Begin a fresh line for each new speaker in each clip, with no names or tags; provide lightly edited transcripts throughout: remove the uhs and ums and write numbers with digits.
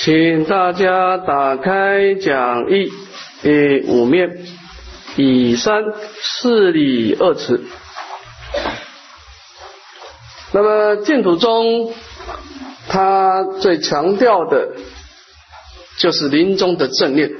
请大家打开讲义第5面，以三事理二持。那么净土宗他最强调的就是临终的正念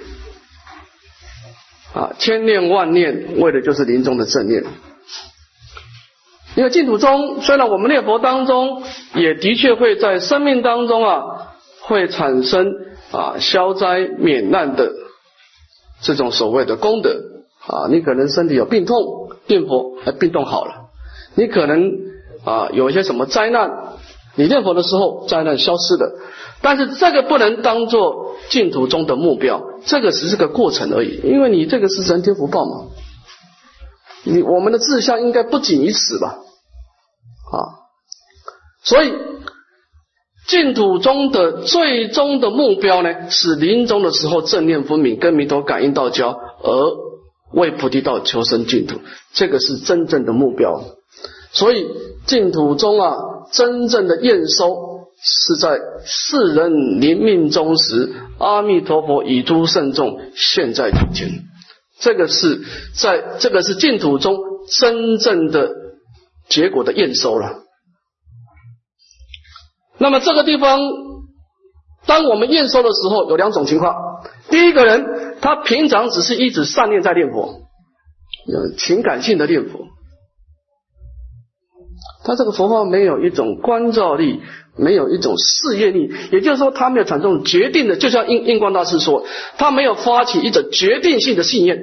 千念万念为的就是临终的正念。因为净土宗虽然我们念佛当中也的确会在生命当中会产生消灾免难的这种所谓的功德你可能身体有病痛，念佛病痛好了，你可能有一些什么灾难，你念佛的时候灾难消失了，但是这个不能当作净土宗的目标，这个只是个过程而已，因为你这个是人天福报嘛，我们的志向应该不仅于此吧所以净土宗的最终的目标呢，是临终的时候正念分明，跟弥陀感应道交，而为菩提道求生净土，这个是真正的目标。所以净土宗真正的验收是在世人临命终时，阿弥陀佛以诸圣众现在眼前，这个是净土宗真正的结果的验收了。那么这个地方当我们验收的时候有两种情况，第一个人他平常只是一直善念在念佛，有情感性的念佛，他这个佛号没有一种关照力，没有一种事业力，也就是说他没有产生决定的，就像印光大师说，他没有发起一种决定性的信念，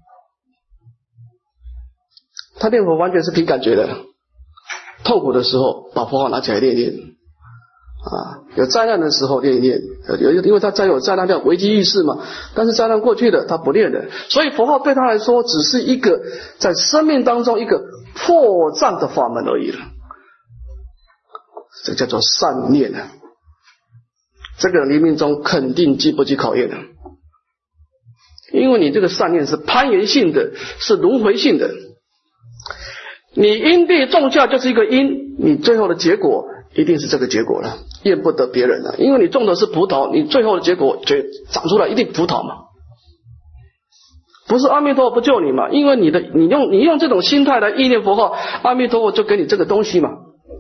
他念佛完全是凭感觉的，痛苦的时候把佛号拿起来念念有灾难的时候念一念，因为他有灾难叫危机意识嘛，但是灾难过去了他不念了，所以佛号对他来说只是一个在生命当中一个破障的法门而已了，这叫做善念这个临命中肯定经不起考验因为你这个善念是攀缘性的，是轮回性的，你因地种下就是一个因，你最后的结果一定是这个结果了，怨不得别人了，因为你种的是葡萄，你最后的结果长出来一定葡萄嘛，不是阿弥陀佛不救你嘛，因为你用这种心态来意念佛号，阿弥陀佛就给你这个东西嘛。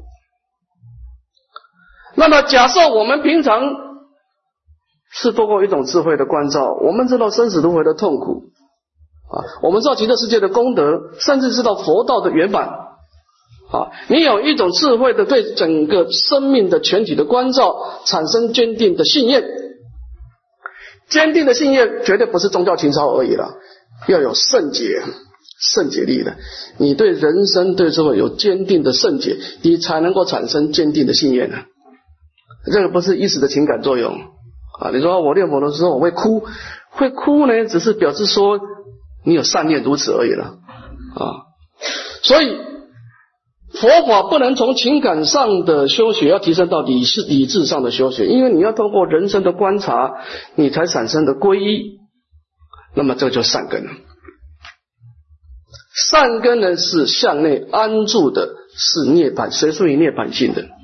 那么假设我们平常是透过一种智慧的关照，我们知道生死轮回的痛苦我们知道极乐世界的功德，甚至知道佛道的圆满你有一种智慧的对整个生命的全体的关照，产生坚定的信念，坚定的信念绝对不是宗教情操而已了，要有圣解力的，你对人生对社会有坚定的圣解，你才能够产生坚定的信念这个不是一时的情感作用你说我念佛的时候我会哭呢，只是表示说你有善念如此而已了所以佛法不能从情感上的修学，要提升到理智上的修学，因为你要透过人生的观察，你才产生的皈依，那么这就善根了。善根呢是向内安住的，是涅槃，随属于涅槃性的。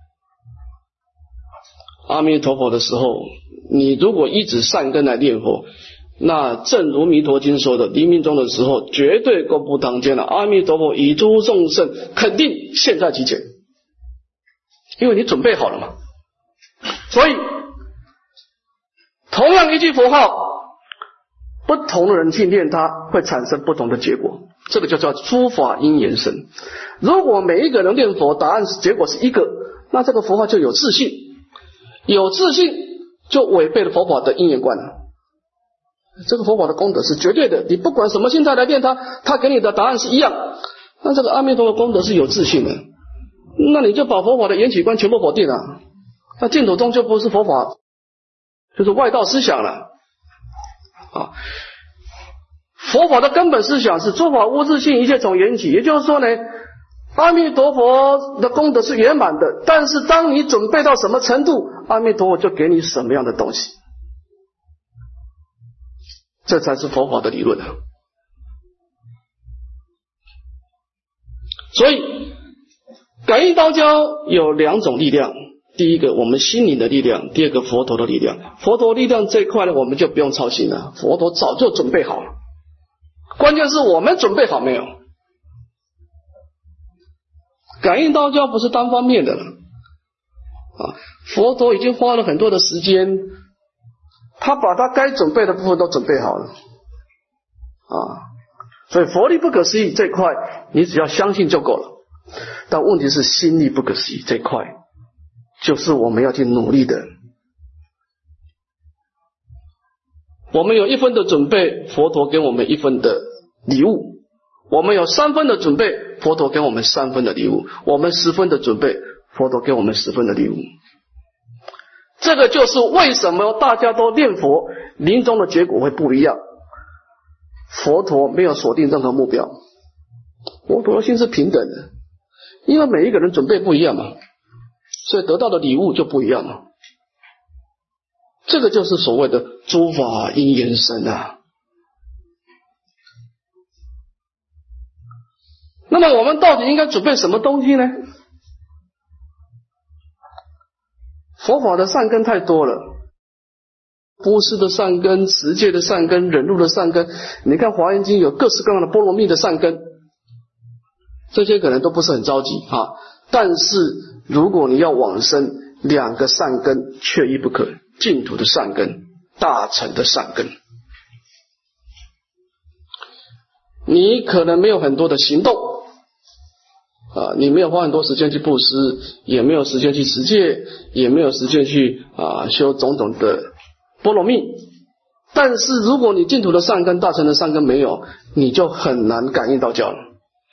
阿弥陀佛的时候，你如果一直善根来念佛，那正如弥陀经说的，临命终的时候绝对功不当间了，阿弥陀佛以诸众生肯定现在即前，因为你准备好了嘛。所以同样一句佛号，不同的人去念它会产生不同的结果，这个就叫诸法因缘生。如果每一个人念佛答案结果是一个，那这个佛号就有自信，有自信就违背了佛法的因缘观了。这个佛法的功德是绝对的，你不管什么心态来念它，它给你的答案是一样。那这个阿弥陀佛功德是有自信的，那你就把佛法的缘起观全部否定了，那净土宗就不是佛法，就是外道思想了佛法的根本思想是诸法无自性，一切从缘起，也就是说呢，阿弥陀佛的功德是圆满的，但是当你准备到什么程度，阿弥陀佛就给你什么样的东西，这才是佛法的理论所以感应道交有两种力量， 第一个我们心灵的力量，第二个佛陀的力量。佛陀力量这一块呢，我们就不用操心了，佛陀早就准备好了，关键是我们准备好没有。感应道教不是单方面的了佛陀已经花了很多的时间，他把他该准备的部分都准备好了所以佛力不可思议这一块你只要相信就够了，但问题是心力不可思议这一块就是我们要去努力的。我们有1分的准备，佛陀给我们1分的礼物，我们有3分的准备，佛陀给我们3分的礼物，我们10分的准备，佛陀给我们10分的礼物。这个就是为什么大家都念佛，临终的结果会不一样。佛陀没有锁定任何目标，佛陀心是平等的，因为每一个人准备不一样嘛，所以得到的礼物就不一样嘛。这个就是所谓的诸法因缘生那么我们到底应该准备什么东西呢？佛法的善根太多了，布施的善根、持戒的善根、忍辱的善根，你看华严经有各式各样的波罗蜜的善根，这些可能都不是很着急但是如果你要往生，2个善根缺一不可，净土的善根，大乘的善根。你可能没有很多的行动你没有花很多时间去布施，也没有时间去持戒，也没有时间去修种种的波罗蜜，但是如果你净土的善根、大乘的善根没有，你就很难感应道教了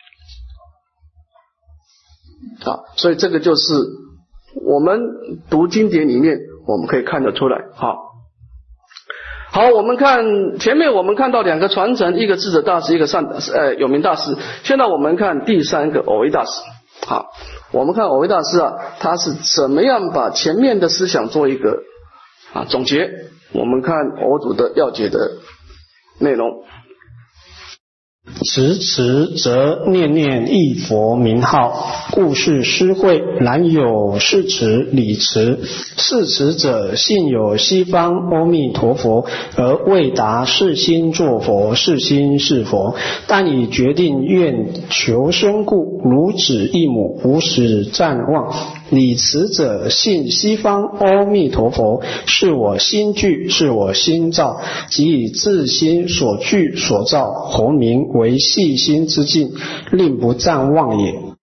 所以这个就是我们读经典里面我们可以看得出来。好，我们看前面我们看到2个传承，一个智者大师，一个有名大师。现在我们看第3个蕅益大师。我们看蕅益大师他是怎么样把前面的思想做一个总结。我们看蕅祖的要解的内容。
持持则念念一佛名号，故是施惠，然有是持理持。是持者信有西方阿弥陀佛，而未达是心作佛，是心是佛。但以决定愿求生故，如子一母，无始暂忘。理持者信西方阿弥陀佛，是我心具，是我心造，即以自心所具所造，弘名为细心之境，令不暂忘也。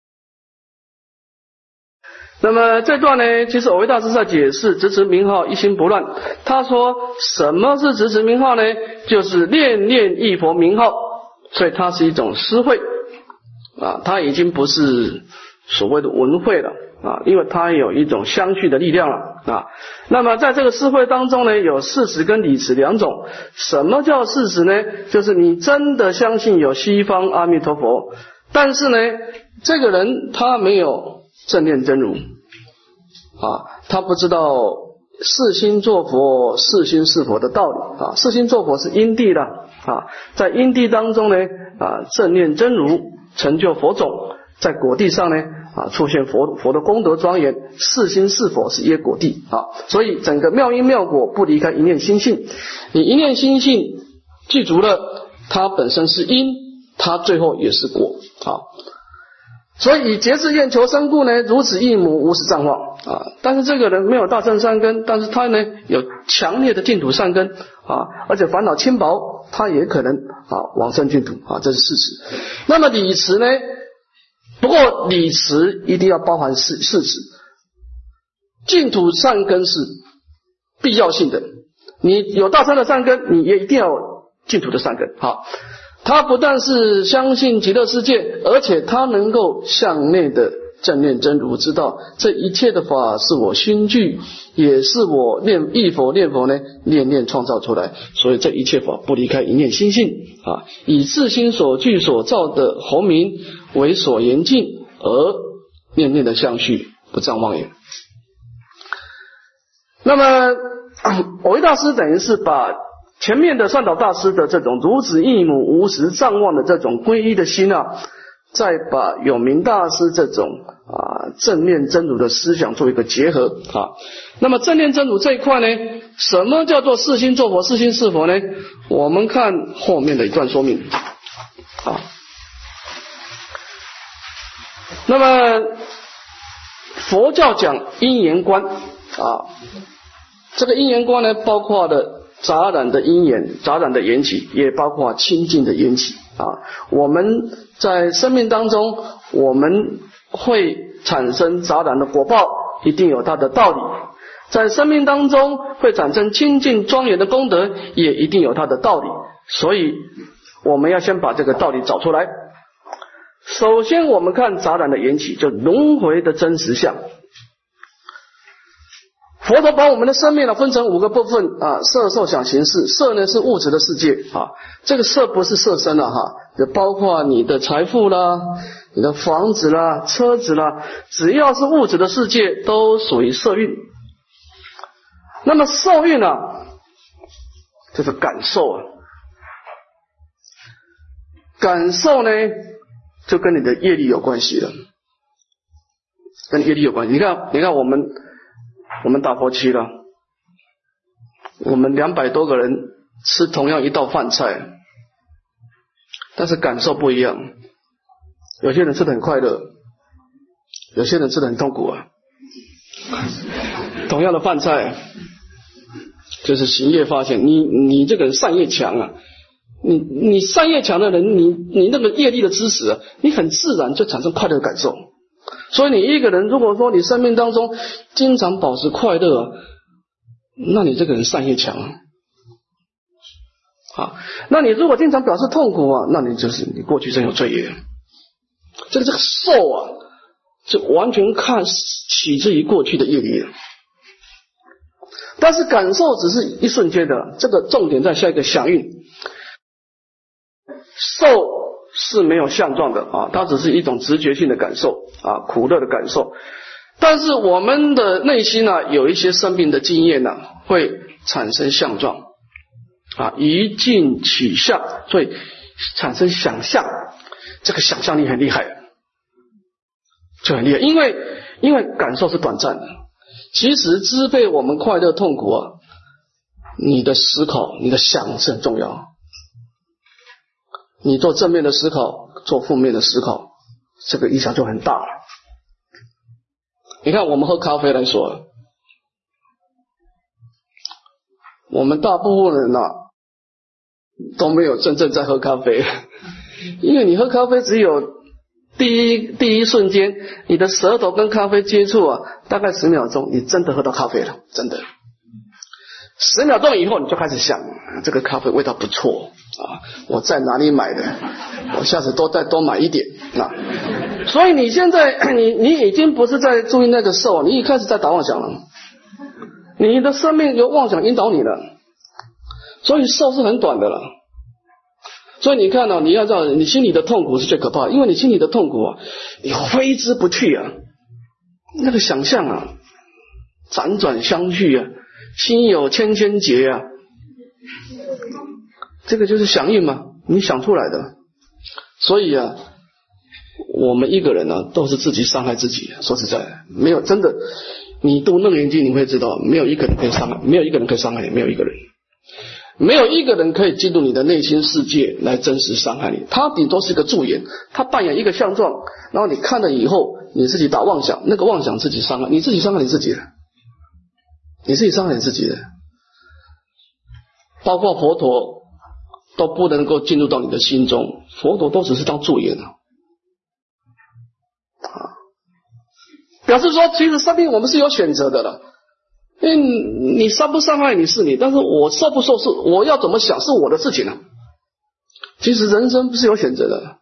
那么这段呢，其实蕅益大师在解释直持名号一心不乱。他说什么是直持名号呢？就是念念一佛名号，所以它是一种施惠它已经不是所谓的文惠了因为它有一种相续的力量了那么在这个施惠当中呢，有事实跟理持2种。什么叫事实呢？就是你真的相信有西方阿弥陀佛，但是呢，这个人他没有正念真如他不知道是心作佛，是心是佛的道理是心作佛是因地的在因地当中呢正念真如成就佛种，在果地上呢出现佛的功德庄严，是心是佛是耶果地所以整个妙因妙果不离开一念心性。你一念心性记住了，它本身是因，它最后也是果所以以节制愿求生故呢，如此一母，无始暂忘但是这个人没有大乘善根，但是他呢有强烈的净土善根而且烦恼轻薄，他也可能往生净土这是事实。那么理持呢？不过理持一定要包含事实，净土善根是必要性的，你有大乘的善根，你也一定要有净土的善根他不但是相信极乐世界，而且他能够向内的正念真如，知道这一切的法是我心具，也是我忆佛念佛呢念念创造出来，所以这一切法不离开一念心性以自心所具所造的弘名为所严禁，而念念的相续，不暂忘也。那么蕅益大师等于是把前面的善导大师的这种如子忆母无时暂忘的这种皈依的心再把永明大师这种正念真如的思想做一个结合啊。那么正念真如这一块呢，什么叫做是心作佛，是心是佛呢？我们看后面的一段说明啊。那么佛教讲因缘观啊，这个因缘观呢，包括了杂染的因缘，杂染的缘起，也包括清净的缘起啊。我们在生命当中，我们会产生杂染的果报，一定有它的道理。在生命当中会产生清净庄严的功德，也一定有它的道理。所以我们要先把这个道理找出来。首先我们看杂染的缘起，就轮回的真实相。佛陀把我们的生命分成5个部分啊，色受想行识。色呢是物质的世界啊，这个色不是色身了哈，就包括你的财富啦，你的房子啦，车子啦，只要是物质的世界都属于色蕴。那么受蕴就是感受啊，感受呢就跟你的业力有关系了，跟业力有关系。你看我们打佛七了，我们200多个人吃同样一道饭菜，但是感受不一样。有些人吃得很快乐，有些人吃得很痛苦啊。同样的饭菜，就是行业发现，你这个人善业强啊，你善业强的人，你那个业力的知识啊，你很自然就产生快乐的感受。所以你一个人如果说你生命当中经常保持快乐啊，那你这个人善业强啊。那你如果经常表示痛苦啊，那你就是你过去真有罪业。这个受啊，就完全看起自于过去的业力。但是感受只是一瞬间的，这个重点在下一个响应。受是没有相状的啊，它只是一种直觉性的感受啊，苦乐的感受。但是我们的内心有一些生命的经验会产生相状啊，一境取相，所以产生想象。这个想象力很厉害，就很厉害，因为感受是短暂的。其实支配我们快乐痛苦啊，你的思考，你的想是很重要。你做正面的思考，做负面的思考，这个影响就很大了。你看我们喝咖啡来说，我们大部分人都没有真正在喝咖啡，因为你喝咖啡只有第一瞬间，你的舌头跟咖啡接触大概10秒钟，你真的喝到咖啡了，真的。10秒钟以后，你就开始想，这个咖啡味道不错我在哪里买的？我下次再多买一点所以你现在你已经不是在注意那个受，你一开始在打妄想了，你的生命由妄想引导你了，所以受是很短的了。所以你看你要知道，你心里的痛苦是最可怕的，因为你心里的痛苦你挥之不去那个想象辗转相续心有千千结这个就是响应嘛，你想出来的。所以我们一个人都是自己伤害自己。说实在，没有真的，你读楞严经你会知道，没有一个人可以伤害，没有一个人可以伤害你，没有一个人，没有一个人可以进入你的内心世界来真实伤害你。他顶多是一个助言，他扮演一个相状，然后你看了以后，你自己打妄想，那个妄想自己伤害你，自己伤害你自己的，你自己伤害你自己的。包括佛陀都不能够进入到你的心中，佛陀都只是当助言表示说其实生命我们是有选择的了。因为你伤不伤害你是你，但是我受不受是我要怎么想是我的事情其实人生不是有选择的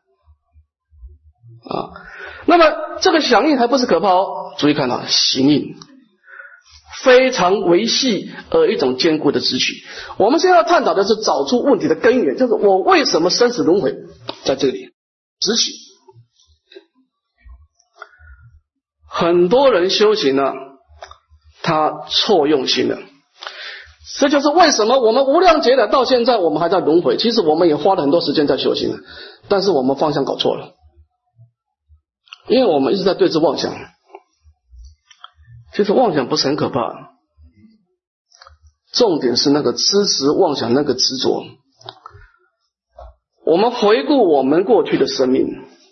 那么这个响应还不是可怕注意看行应非常维系一种坚固的支取。我们现在要探讨的是找出问题的根源，就是我为什么生死轮回在这里支取。很多人修行他错用心了，这就是为什么我们无量劫来到现在我们还在轮回。其实我们也花了很多时间在修行但是我们方向搞错了因为我们一直在对峙妄想。其实妄想不是很可怕，重点是那个支持妄想那个执着。我们回顾我们过去的生命，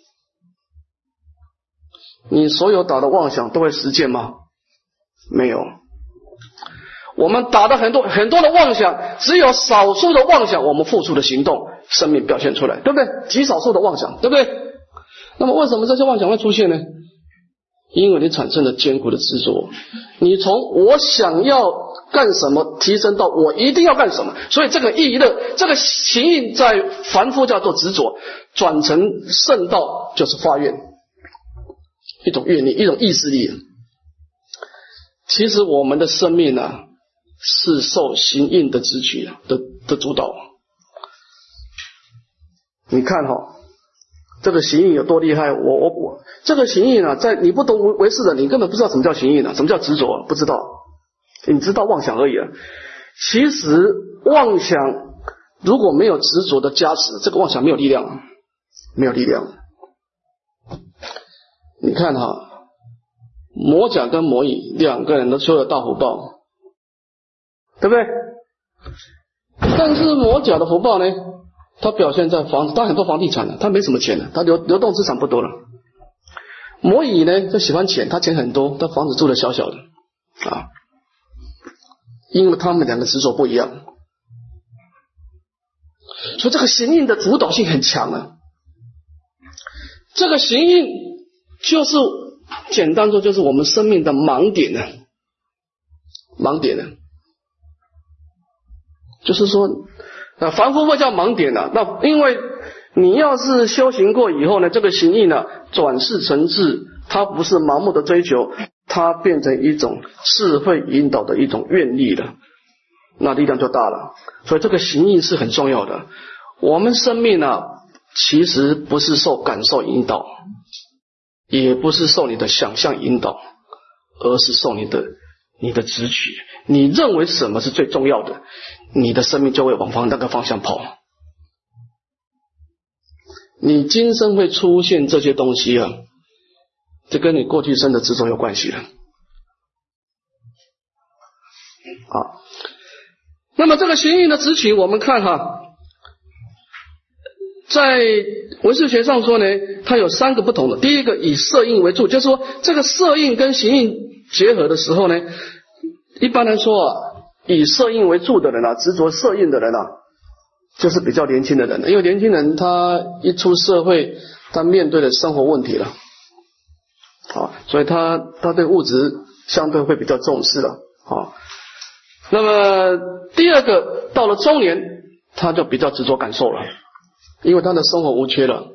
你所有打的妄想都会实践吗？没有。我们打的很多的妄想，只有少数的妄想我们付出的行动，生命表现出来，对不对？极少数的妄想，对不对？那么为什么这些妄想会出现呢？因为你产生了坚固的执着，你从我想要干什么提升到我一定要干什么，所以这个意乐，这个行义在凡夫叫做执着，转成圣道就是发愿，一种愿力，一种意识力。其实我们的生命啊，是受行印的支取的主导。你看这个行印有多厉害？我这个行印啊，在你不懂唯识的，你根本不知道什么叫行印啊，什么叫执着，不知道，你知道妄想而已啊。其实妄想如果没有执着的加持，这个妄想没有力量，没有力量。你看魔甲跟魔乙两个人都修了大福报，对不对？但是魔甲的福报呢，他表现在房子，他很多房地产的，他没什么钱的，他流动资产不多了。魔乙呢就喜欢钱，他钱很多，他房子住的小小的啊，因为他们两个执着不一样，所以这个行印的主导性很强啊。这个行印就是简单说，就是我们生命的盲点呢，盲点呢，就是说凡夫会叫盲点啊，那因为你要是修行过以后呢，这个行义呢转世成智，它不是盲目的追求，它变成一种智慧引导的一种愿力了，那力量就大了。所以这个行义是很重要的。我们生命啊，其实不是受感受引导，也不是受你的想象引导，而是受你的直觉。你认为什么是最重要的，你的生命就会往那个方向跑。你今生会出现这些东西啊，这跟你过去生的执着有关系了。好，那么这个行义的执取，我们看在唯识学上说呢，它有三个不同的。第一个以色印为助，就是说这个色印跟行印结合的时候呢，一般来说以色印为助的人执着色印的人就是比较年轻的人，因为年轻人他一出社会，他面对的生活问题了，所以他对物质相对会比较重视了。那么第二个到了中年，他就比较执着感受了，因为他的生活无缺了，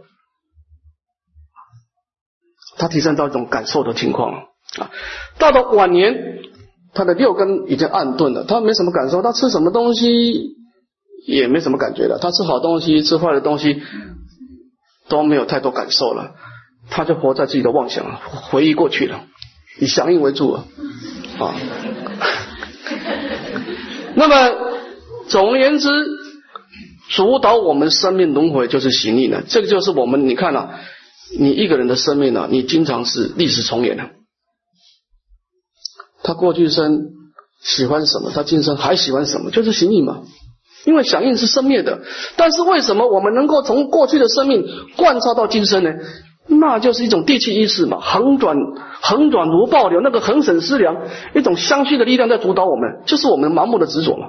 他提升到一种感受的情况到了晚年，他的六根已经暗钝了，他没什么感受，他吃什么东西也没什么感觉了，他吃好东西吃坏的东西都没有太多感受了，他就活在自己的妄想，回忆过去了，以响应为主那么总而言之，主导我们生命轮回就是行义呢，这个就是我们你看你一个人的生命你经常是历史重演他过去生喜欢什么，他今生还喜欢什么，就是行义嘛。因为响应是生灭的，但是为什么我们能够从过去的生命贯彻到今生呢？那就是一种地气意识嘛，横转如暴流，那个横审思量，一种相续的力量在主导我们，就是我们盲目的执着嘛。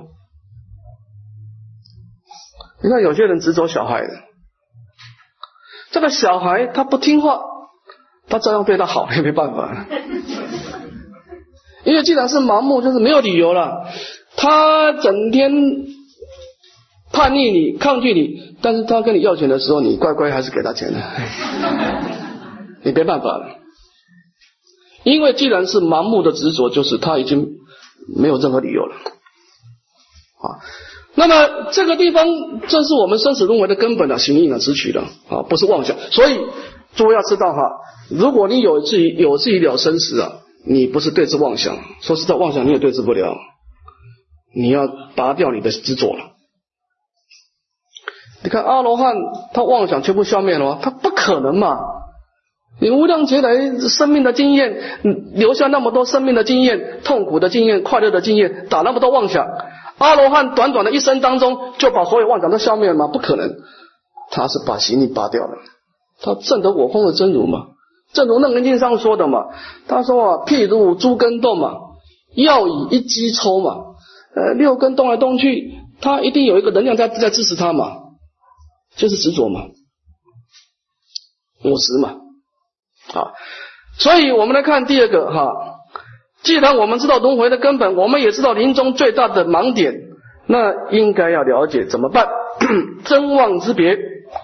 你看有些人执着小孩的，这个小孩他不听话，他照样对他好，也没办法，因为既然是盲目，就是没有理由了，他整天叛逆你抗拒你，但是他跟你要钱的时候，你乖乖还是给他钱的你没办法了，因为既然是盲目的执着，就是他已经没有任何理由了那么这个地方这是我们生死轮回的根本行义执取的不是妄想。所以诸位要知道如果你有自己了生死你不是对治妄想，说实在妄想你也对治不了，你要拔掉你的执着了。你看阿罗汉他妄想全部消灭了吗？他不可能嘛， 你无量劫来生命的经验，留下那么多生命的经验、痛苦的经验、快乐的经验，打那么多妄想。阿罗汉短短的一生当中就把所有妄想都消灭了吗？不可能，他是把习力拔掉了，他证得我空的真如嘛。正如楞严经上说的嘛，他说啊，譬如诸根动嘛，要以一击抽嘛，六根动来动去，它一定有一个能量在支持它嘛，就是执着嘛，我执嘛。啊，所以我们来看第二个哈，既然我们知道轮回的根本，我们也知道临终最大的盲点，那应该要了解怎么办？真妄之别。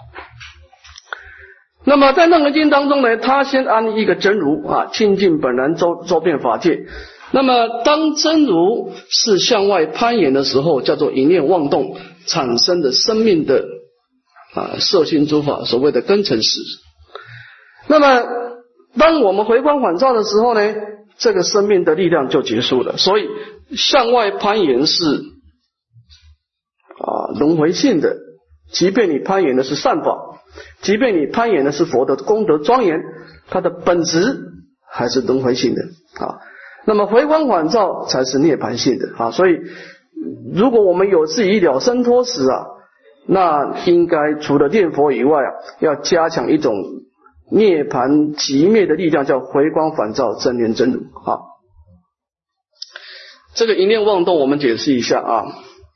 那么在楞严经当中呢，他先安立一个真如啊，清净本然周遍法界。那么当真如是向外攀岩的时候，叫做一念妄动产生的生命的摄心诸法，所谓的根尘识。那么当我们回光返照的时候呢，这个生命的力量就结束了。所以向外攀岩是轮回性的，即便你攀岩的是善法，即便你攀岩的是佛的功德庄严，它的本质还是轮回性的啊。那么回光返照才是涅槃性的啊。所以如果我们有志于了生脱死啊，那应该除了念佛以外啊，要加强一种涅槃寂灭的力量，叫回光返照真念真如啊。这个一念妄动我们解释一下啊。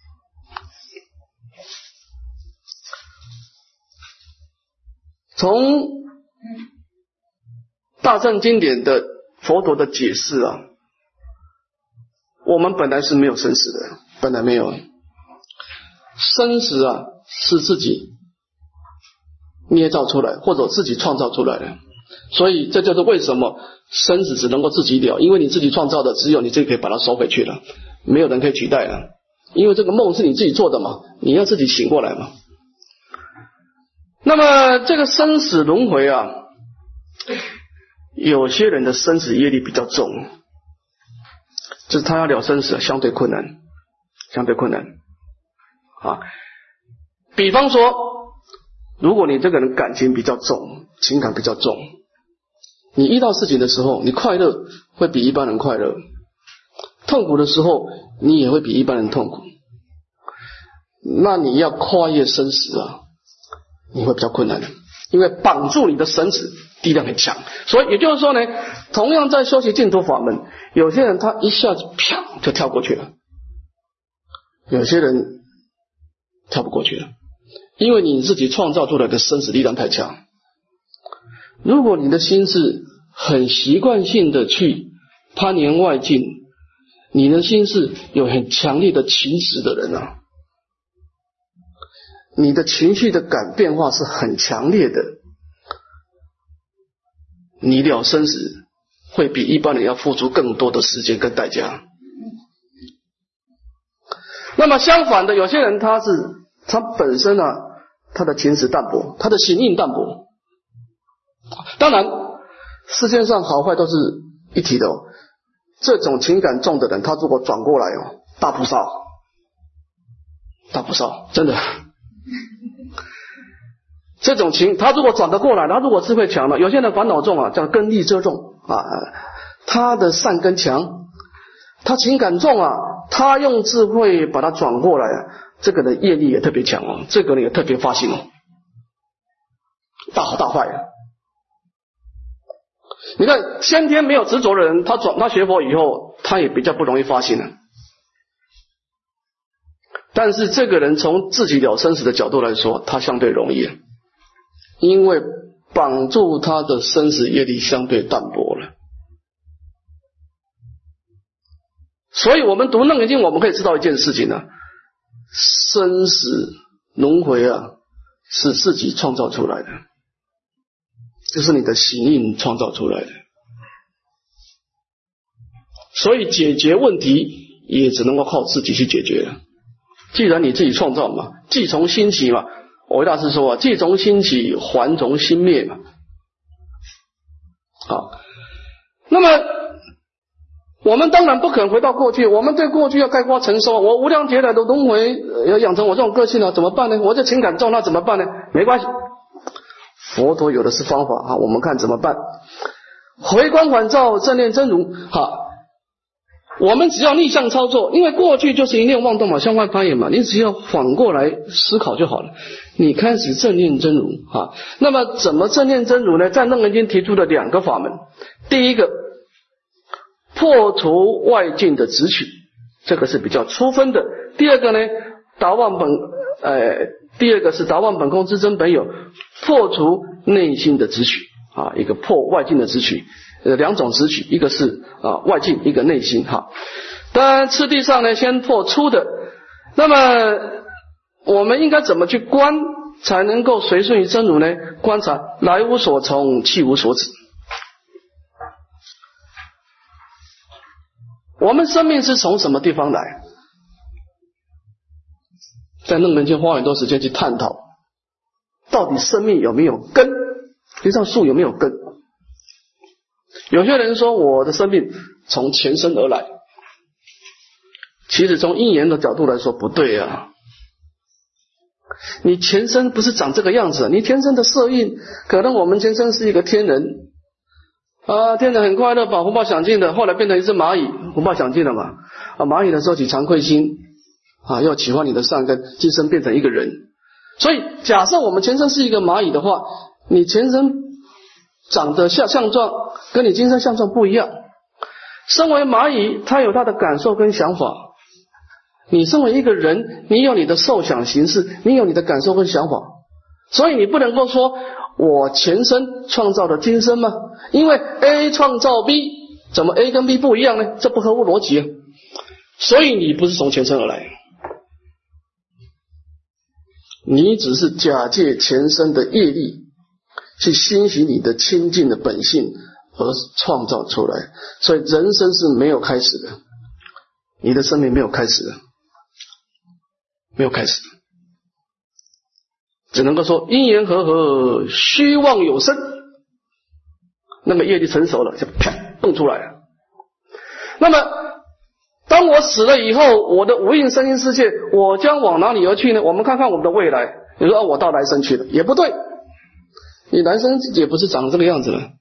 从大乘经典的佛陀的解释啊，我们本来是没有生死的，本来没有。生死啊是自己捏造出来或者自己创造出来的，所以这就是为什么生死只能够自己了，因为你自己创造的，只有你自己可以把它收回去了，没有人可以取代了，因为这个梦是你自己做的嘛，你要自己醒过来嘛。那么这个生死轮回啊，有些人的生死业力比较重，就是他要了生死相对困难，相对困难啊。比方说，如果你这个人感情比较重，情感比较重，你遇到事情的时候，你快乐会比一般人快乐，痛苦的时候你也会比一般人痛苦，那你要跨越生死啊，你会比较困难的，因为绑住你的绳子力量很强。所以也就是说呢，同样在修习净土法门，有些人他一下子啪就跳过去了，有些人跳不过去了，因为你自己创造出来的生死力量太强。如果你的心是很习惯性的去攀岩外境，你的心是有很强烈的情执的人啊，你的情绪的变化是很强烈的，你了生死会比一般人要付出更多的时间跟代价。那么相反的，有些人他本身啊，他的情执淡薄，他的行印淡薄。当然世界上好坏都是一体的哦，这种情感重的人，他如果转过来哦，大不少，真的。这种他如果转得过来，他如果智慧强了，有些人烦恼重啊，叫根力遮重啊，他的善根强，他情感重啊，他用智慧把它转过来啊，这个人业力也特别强哦，这个人也特别发心哦，大好大坏啊。你看先天没有执着的人，他学佛以后，他也比较不容易发心了。但是这个人从自己了生死的角度来说，他相对容易，因为绑住他的生死业力相对淡薄了。所以我们读楞严经，我们可以知道一件事情啊，生死轮回啊是自己创造出来的，就是你的行印创造出来的，所以解决问题也只能够靠自己去解决了。既然你自己创造嘛，既从心起嘛，我大师说啊，既从心起，还从心灭嘛。好，那么我们当然不可能回到过去，我们对过去要概括承受。我无量劫来的轮回要养成我这种个性了，怎么办呢？我这情感重，那怎么办呢？没关系， 佛陀有的是方法啊，我们看怎么办。回光返照，正念真如。好，我们只要逆向操作，因为过去就是一念妄动嘛，相关攀岩嘛，你只要反过来思考就好了。你开始正念真如啊，那么怎么正念真如呢？在楞严经提出的2个法门，第一个破除外境的执取，这个是比较粗分的。第二个呢，第二个是达望本空之真本有，破除内心的执取啊，一个破外境的执取，2种执取，一个是外境，一个内心哈。当然次第上呢，先破粗的。那么我们应该怎么去观才能够随顺于真如呢？观察来无所从，去无所止。我们生命是从什么地方来？在楞严经花很多时间去探讨，到底生命有没有根？实际上树有没有根？有些人说我的生命从前生而来，其实从因缘的角度来说不对啊。你前生不是长这个样子，你前生的色蕴，可能我们前生是一个天人啊，天人很快乐，把福报享尽的，后来变成一只蚂蚁，福报享尽了嘛啊，蚂蚁的时候起惭愧心啊，要启发你的善根，今生变成一个人。所以假设我们前生是一个蚂蚁的话，你前生长的相状跟你今生相状不一样。身为蚂蚁，它有它的感受跟想法，你身为一个人，你有你的受想行识，你有你的感受跟想法，所以你不能够说我前生创造了今生吗？因为 A 创造 B， 怎么 A 跟 B 不一样呢？这不合乎逻辑啊。所以你不是从前生而来，你只是假借前生的业力去欣喜你的清净的本性而创造出来。所以人生是没有开始的，你的生命没有开始的，没有开始，只能够说因缘和合，虚妄有生，那么业力成熟了就啪蹦出来了。那么当我死了以后，我的无印身心世界，我将往哪里而去呢？我们看看我们的未来。你说我到来生去了，也不对，你来生也不是长这个样子了。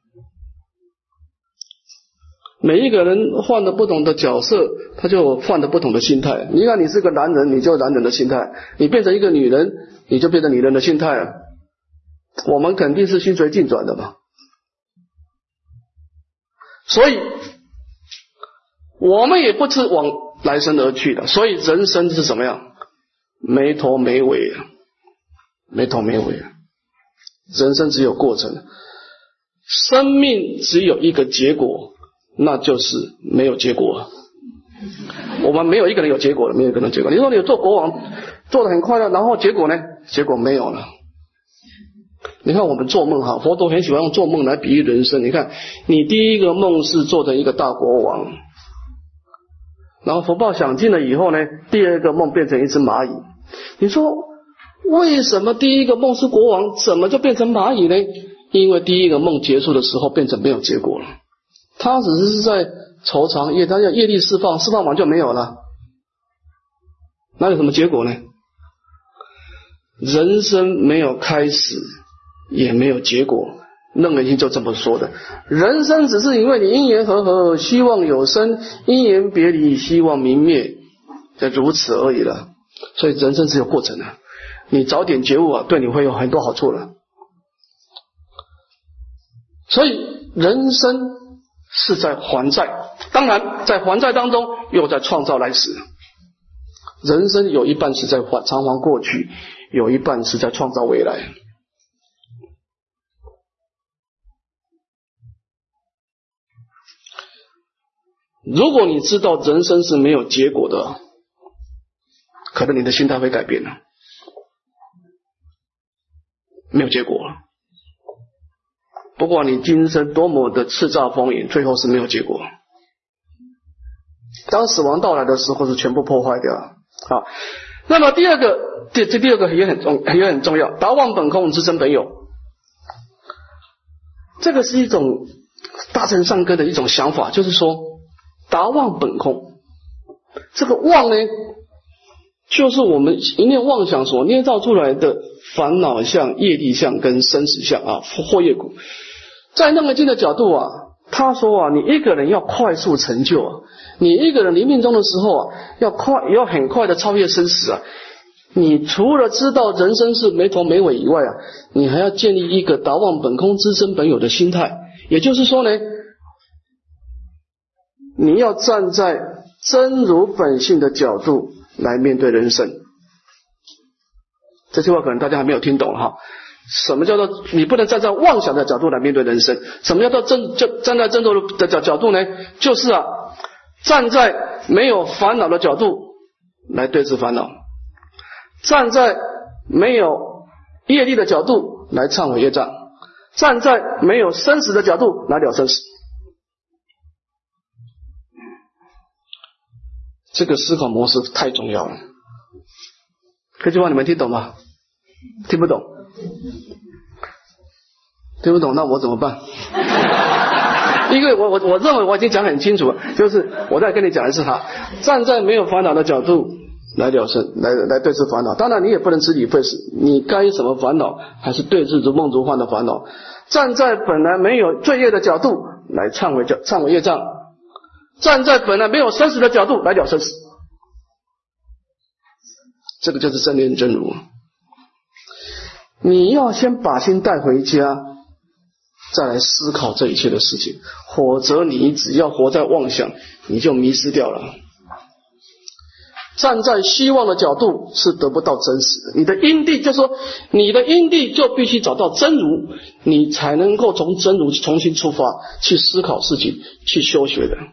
每一个人换了不同的角色，他就换了不同的心态。你看你是个男人，你就有男人的心态，你变成一个女人，你就变成女人的心态了。我们肯定是心随境转的嘛。所以我们也不是往来生而去的，所以人生是怎么样？没头没尾啊，没头没尾啊。人生只有过程，生命只有一个结果，那就是没有结果。我们没有一个人有结果了，没有一个人有结果。你说你做国王做得很快乐，然后结果呢？结果没有了。你看我们做梦哈，佛陀很喜欢用做梦来比喻人生。你看你第一个梦是做成一个大国王，然后福报享尽了以后呢，第二个梦变成一只蚂蚁。你说为什么第一个梦是国王，怎么就变成蚂蚁呢？因为第一个梦结束的时候变成没有结果了，他只是在酬偿业，他要业力释放，释放完就没有了，哪有什么结果呢？人生没有开始，也没有结果，楞严经就这么说的。人生只是因为你因缘和合，希望有生，因缘别离，希望明灭，就如此而已了。所以人生只有过程啊，你早点觉悟啊，对你会有很多好处了。所以人生是在还债，当然在还债当中又在创造来时。人生有一半是在偿还过去，有一半是在创造未来。如果你知道人生是没有结果的，可能你的心态会改变了。没有结果了，不过你今生多么的叱咤风云，最后是没有结果。当死亡到来的时候，是全部破坏掉了。好，那么第二个也很重要，达望本空之真本有，这个是一种大乘上根的一种想法，就是说达望本空，这个望呢， 就是我们一念妄想所捏造出来的烦恼相、业力相跟生死相啊，祸业苦。在楞严经的角度啊，他说啊，你一个人要快速成就啊，你一个人临命终的时候啊，要很快的超越生死啊。你除了知道人生是没头没尾以外啊，你还要建立一个达望本空自身本有的心态。也就是说呢，你要站在真如本性的角度来面对人生。这句话可能大家还没有听懂哈。什么叫做你不能站在妄想的角度来面对人生？什么叫做站在真如的角度呢？就是啊，站在没有烦恼的角度来对治烦恼，站在没有业力的角度来忏悔业障，站在没有生死的角度来了生死。这个思考模式太重要了。这句话你们听懂吗？听不懂？听不懂那我怎么办？因为我认为我已经讲很清楚了，就是我再跟你讲一次哈，站在没有烦恼的角度来了生，来对治烦恼。当然你也不能自己费事，你该什么烦恼还是对治如梦如幻的烦恼。站在本来没有罪业的角度来忏悔业障，站在本来没有生死的角度来了生死。这个就是正念真如。你要先把心带回家，再来思考这一切的事情，否则你只要活在妄想，你就迷失掉了。站在希望的角度是得不到真实的，你的因地就是说，你的因地就必须找到真如，你才能够从真如重新出发去思考事情，去修学的。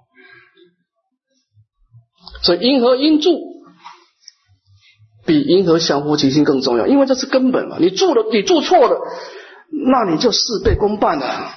所以因和因住比因和降伏其心更重要，因为这是根本嘛。你住错了，那你就事倍功半了。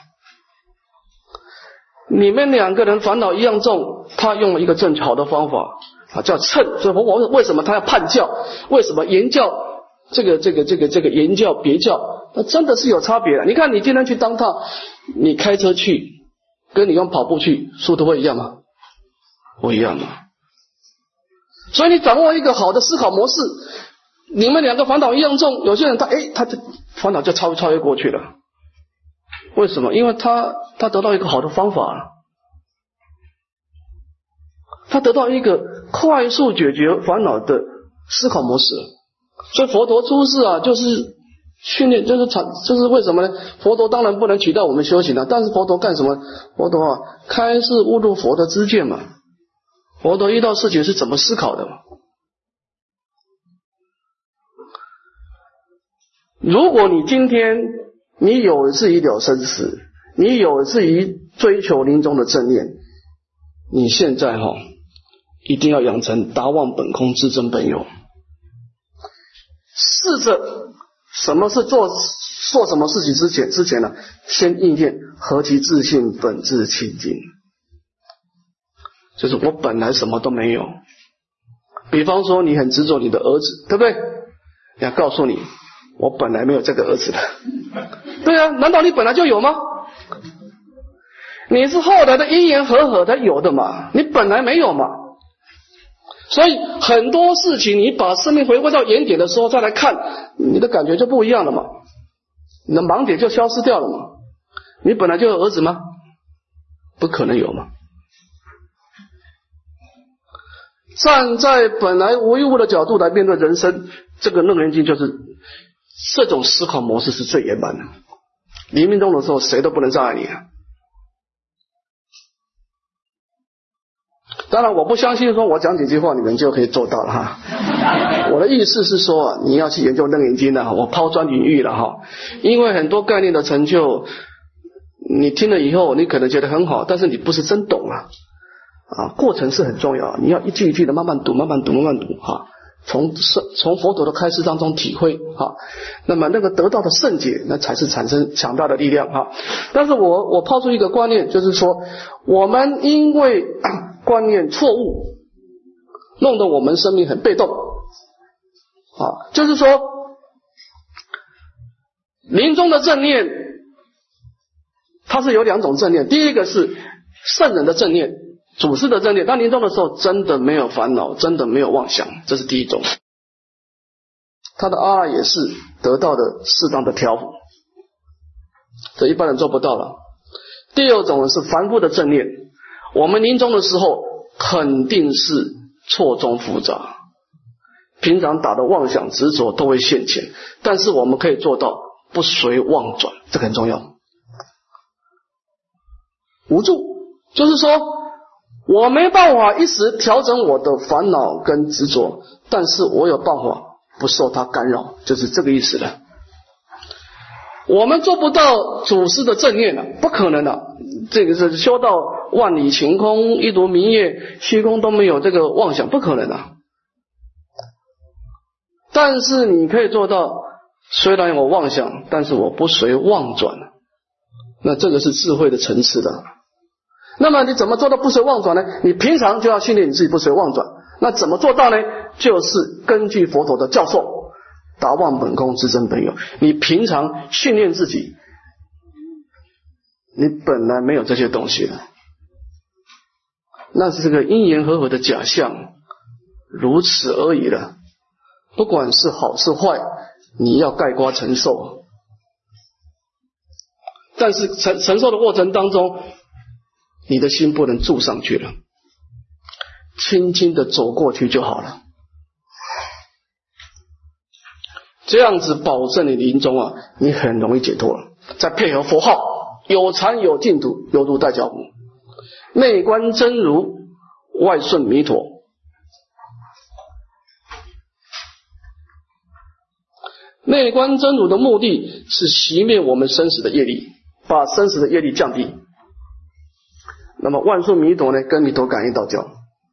你们两个人烦恼一样重，他用了一个正好的方法啊，叫称。所以我为什么他要判教？为什么言教这个言教别教，那真的是有差别的。你看你今天去当趟，你开车去，跟你用跑步去，速度会一样吗？不一样嘛。所以你掌握一个好的思考模式，你们两个烦恼一样重，有些人他的烦恼就超越过去了。为什么？因为他得到一个好的方法，他得到一个快速解决烦恼的思考模式。所以佛陀出世啊，就是训练，就是为什么呢？佛陀当然不能取代我们修行了，但是佛陀干什么？佛陀啊，开示悟入佛的知见嘛。佛陀遇到事情是怎么思考的嘛？如果你今天你有志于了生死，你有志于追求临终的正念，你现在一定要养成达望本空自真本有，试着什么是做什么事情之前呢，先应验何其自性本自清净。就是我本来什么都没有。比方说你很执着你的儿子，对不对？要告诉你，我本来没有这个儿子的。对啊，难道你本来就有吗？你是后来的因缘和合才有的嘛，你本来没有嘛。所以很多事情你把生命回归到原点的时候再来看，你的感觉就不一样了嘛，你的盲点就消失掉了嘛。你本来就有儿子吗？不可能有嘛。站在本来无一物的角度来面对人生，这个楞严经就是这种思考模式是最圆满的。临命终的时候谁都不能障碍你啊。当然我不相信说我讲几句话你们就可以做到了哈。我的意思是说你要去研究楞严经的，我抛砖引玉了哈。因为很多概念的成就你听了以后你可能觉得很好，但是你不是真懂啊。过程是很重要，你要一句一句的慢慢读哈，从佛陀的开示当中体会哈，那么那个得到的圣解，那才是产生强大的力量哈。但是我抛出一个观念，就是说我们因为观念错误，弄得我们生命很被动就是说临终的正念它是有两种正念，第一个是圣人的正念， 祖师的正念，他临终的时候真的没有烦恼，真的没有妄想，这是第一种。他的阿赖也是得到的适当的调伏，这一般人做不到了。第二种是凡夫的正念，我们临终的时候肯定是错综复杂，平常打的妄想执着都会现前，但是我们可以做到不随妄转，这个很重要。无助就是说我没办法一时调整我的烦恼跟执着，但是我有办法不受它干扰，就是这个意思了。我们做不到祖师的正念了，不可能的。这个是修到万里晴空，一如明月，虚空都没有这个妄想，不可能的。但是你可以做到，虽然有妄想，但是我不随妄转，那这个是智慧的层次的。那么你怎么做到不随妄转呢？你平常就要训练你自己不随妄转。那怎么做到呢？就是根据佛陀的教授，达妄本空，自真本有。你平常训练自己，你本来没有这些东西的，那是这个因缘和合的假象，如此而已了。不管是好是坏，你要概括承受。但是承受的过程当中，你的心不能住上去了，轻轻的走过去就好了。这样子保证你临终啊，你很容易解脱了。再配合佛号，有禅有净土，犹如带脚虎，内观真如，外顺弥陀。内观真如的目的是熄灭我们生死的业力，把生死的业力降低。那么万顺弥陀呢，跟弥陀感应道交。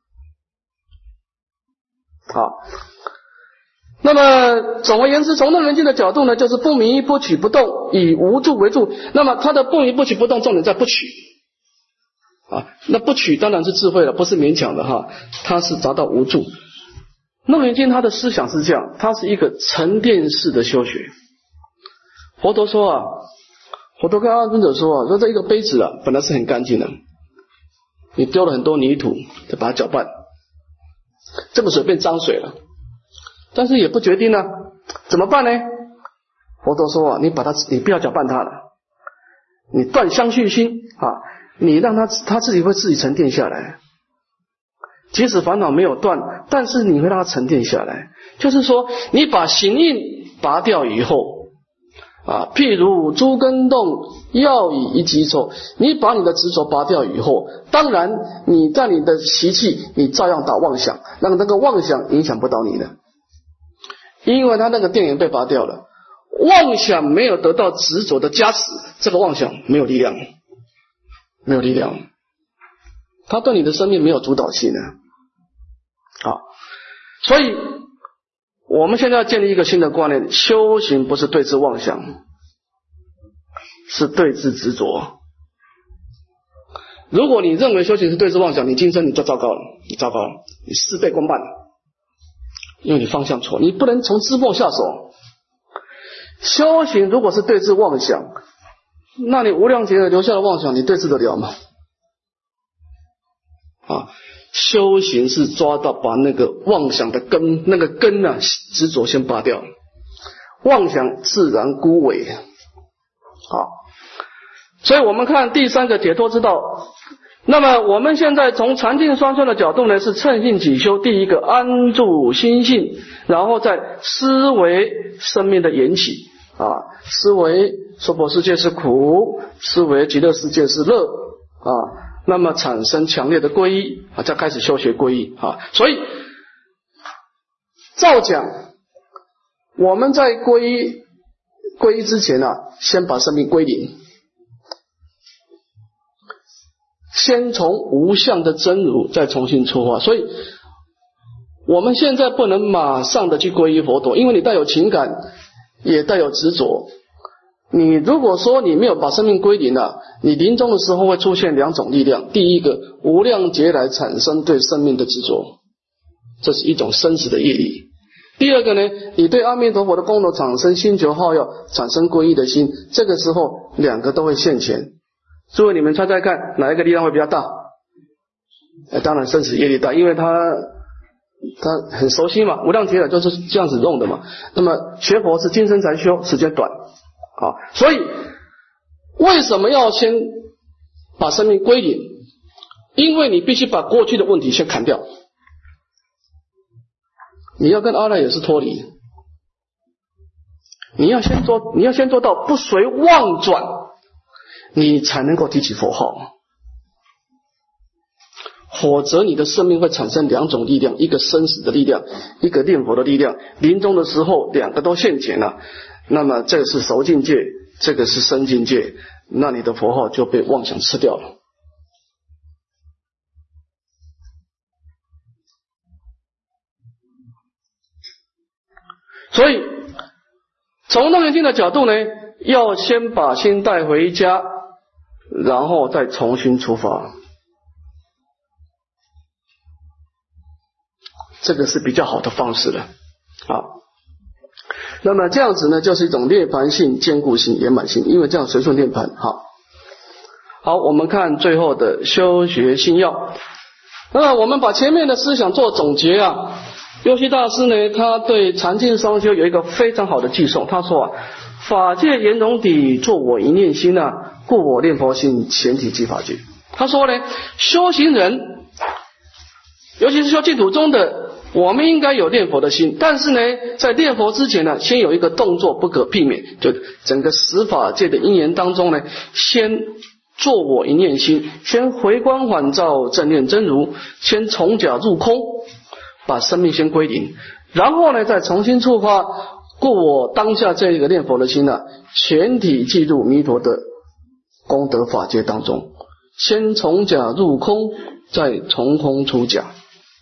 好，那么总而言之，从楞严经的角度呢，就是不迷不取不动，以无住为住。那么它的不迷不取不动，重点在不取啊。那不取当然是智慧了，不是勉强的哈，它是达到无住。楞严经它的思想是这样，它是一个沉淀式的修学。佛陀说啊，佛陀跟阿难尊者说啊，说这一个杯子啊，本来是很干净的，你丢了很多泥土，再把它搅拌，这个水变脏水了，但是也不决定呢，怎么办呢？佛陀说啊，你不要搅拌它了，你断相续心啊，你让它自己会自己沉淀下来。即使烦恼没有断，但是你会让它沉淀下来。就是说，你把行印拔掉以后啊，譬如诸根动，要以一击臭。你把你的执着拔掉以后，当然你在你的习气，你照样打妄想，让那个妄想影响不到你的，因为它那个电源被拔掉了。妄想没有得到执着的加持，这个妄想没有力量，没有力量，它对你的生命没有主导性的。好，所以我们现在要建立一个新的观念，修行不是对治妄想，是对治执着。如果你认为修行是对治妄想，你今生你就糟糕了，你糟糕了，你事倍功半，因为你方向错，你不能从枝末下手。修行如果是对治妄想，那你无量劫留下的妄想，你对治得了吗？啊，修行是抓到把那个妄想的根，那个根啊，执着先拔掉，妄想自然枯萎。好，所以我们看第三个解脱之道。那么我们现在从禅净双修的角度呢，是乘性起修，第一个安住心性，然后再思维生命的缘起啊，思维娑婆世界是苦，思维极乐世界是乐啊。那么产生强烈的皈依啊，再开始修学皈依啊。所以照讲，我们在皈依之前啊，先把生命归零，先从无相的真如再重新出发。所以我们现在不能马上的去皈依佛陀，因为你带有情感，也带有执着。你如果说你没有把生命归零了，你临终的时候会出现两种力量。第一个，无量劫来产生对生命的执着，这是一种生死的业力。第二个呢，你对阿弥陀佛的功德产生心求好药，产生皈依的心，这个时候两个都会现前。诸位你们猜猜看，哪一个力量会比较大？ 当然生死业力大，因为他很熟悉嘛，无量劫来就是这样子弄的嘛。那么学佛是今生才修，时间短啊，所以为什么要先把生命归零？因为你必须把过去的问题先砍掉，你要跟阿赖耶识脱离，你要先做到不随妄转，你才能够提起佛号。否则你的生命会产生两种力量，一个生死的力量，一个念佛的力量，临终的时候两个都现前了，那么这个是熟境界，这个是生境界，那你的佛号就被妄想吃掉了。所以从楞严经的角度呢，要先把心带回家，然后再重新出发，这个是比较好的方式了啊。那么这样子呢，就是一种涅槃性、坚固性、圆满性，因为这样随顺涅槃。好，我们看最后的修学信要。那么我们把前面的思想做总结啊，优溪大师呢，他对禅净双修有一个非常好的寄颂。他说法界圆融体，作我一念心啊，故我念佛心，前提即法界。他说呢，修行人，尤其是修净土宗的，我们应该有念佛的心，但是呢，在念佛之前呢，先有一个动作不可避免，就整个十法界的因缘当中呢，先作我一念心，先回光返照，正念真如，先从假入空，把生命先归零，然后呢，再重新触发，故我当下这个念佛的心呢，全体记入弥陀的功德法界当中，先从假入空，再从空出假。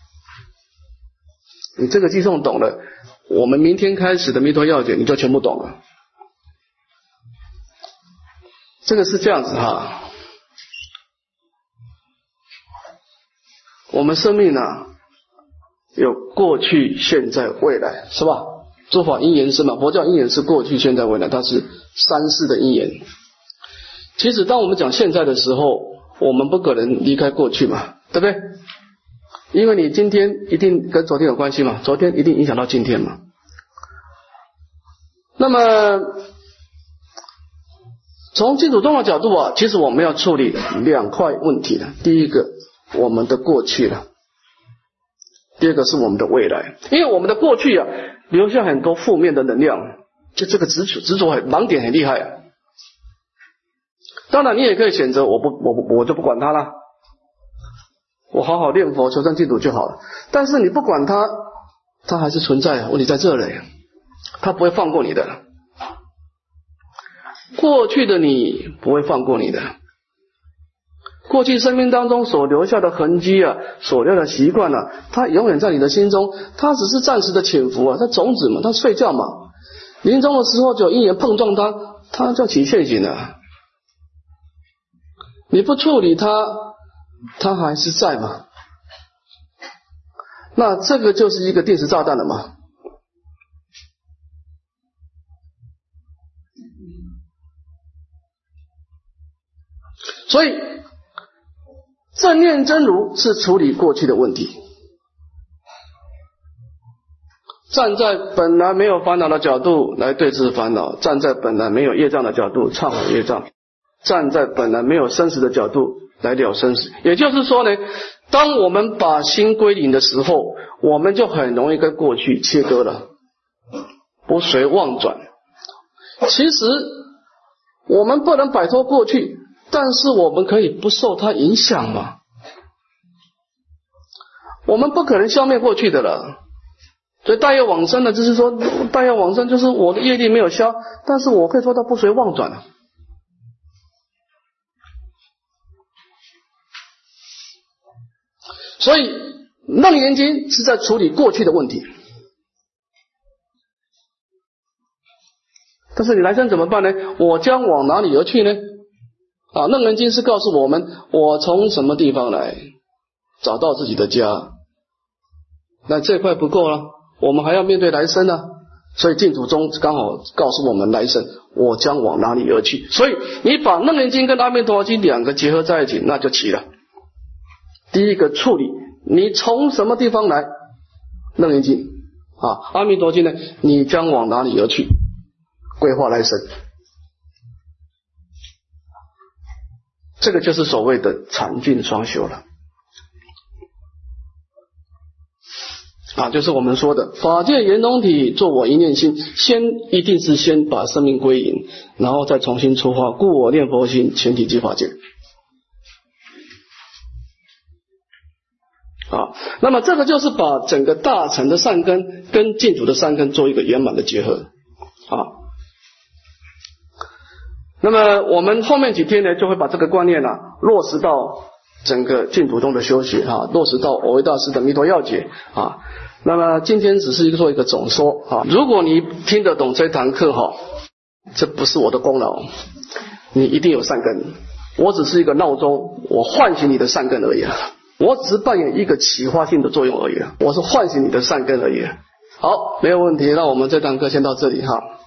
你这个寄颂懂了，我们明天开始的弥陀要解你就全部懂了。这个是这样子哈，我们生命啊，有过去、现在、未来，是吧？诸法因缘是嘛，佛教因缘是过去、现在、未来，它是三世的因缘。其实当我们讲现在的时候，我们不可能离开过去嘛，对不对？因为你今天一定跟昨天有关系嘛，昨天一定影响到今天嘛。那么从净土宗的角度啊，其实我们要处理两块问题的。第一个，我们的过去了；第二个是我们的未来。因为我们的过去啊，留下很多负面的能量，就这个执着很盲点很厉害啊。当然你也可以选择我就不管它了，我好好念佛求生净土就好了。但是你不管它，它还是存在啊，问题在这里，它不会放过你的。过去的你不会放过你的，过去生命当中所留下的痕迹啊，所留的习惯啊，它永远在你的心中，它只是暂时的潜伏啊，它种子嘛，它睡觉嘛，临终的时候就有因缘碰撞它，它就起现行了。你不处理它，它还是在嘛？那这个就是一个定时炸弹了嘛。所以正念真如是处理过去的问题，站在本来没有烦恼的角度来对治烦恼，站在本来没有业障的角度忏悔业障，站在本来没有生死的角度来了生死。也就是说呢，当我们把心归零的时候，我们就很容易跟过去切割了，不随妄转。其实我们不能摆脱过去，但是我们可以不受它影响嘛。我们不可能消灭过去的了，所以大业往生呢，就是说大业往生就是我的业力没有消，但是我可以做到不随妄转了。所以楞严经是在处理过去的问题，但是你来生怎么办呢？我将往哪里而去呢？楞严经是告诉我们，我从什么地方来，找到自己的家。那这块不够了，我们还要面对来生呢。所以净土宗刚好告诉我们来生我将往哪里而去。所以你把楞严经跟阿弥陀经两个结合在一起，那就齐了。 第一个处理你从什么地方来，楞严经啊，阿弥陀经呢，你将往哪里而去，规划来生，这个就是所谓的禅净双修了啊，就是我们说的法界圆通体作我一念心，一定是先把生命归隐，然后再重新出发，故我念佛心，全体即法界啊。那么这个就是把整个大乘的善根跟净土的善根做一个圆满的结合啊。那么我们后面几天呢，就会把这个观念落实到整个净土中的修学落实到蕅益大师的弥陀要解啊。那么今天只是做一个总说啊，如果你听得懂这堂课这不是我的功劳，你一定有善根，我只是一个闹钟，我唤醒你的善根而已我只是扮演一个启发性的作用而已我是唤醒你的善根而已好，没有问题，那我们这堂课先到这里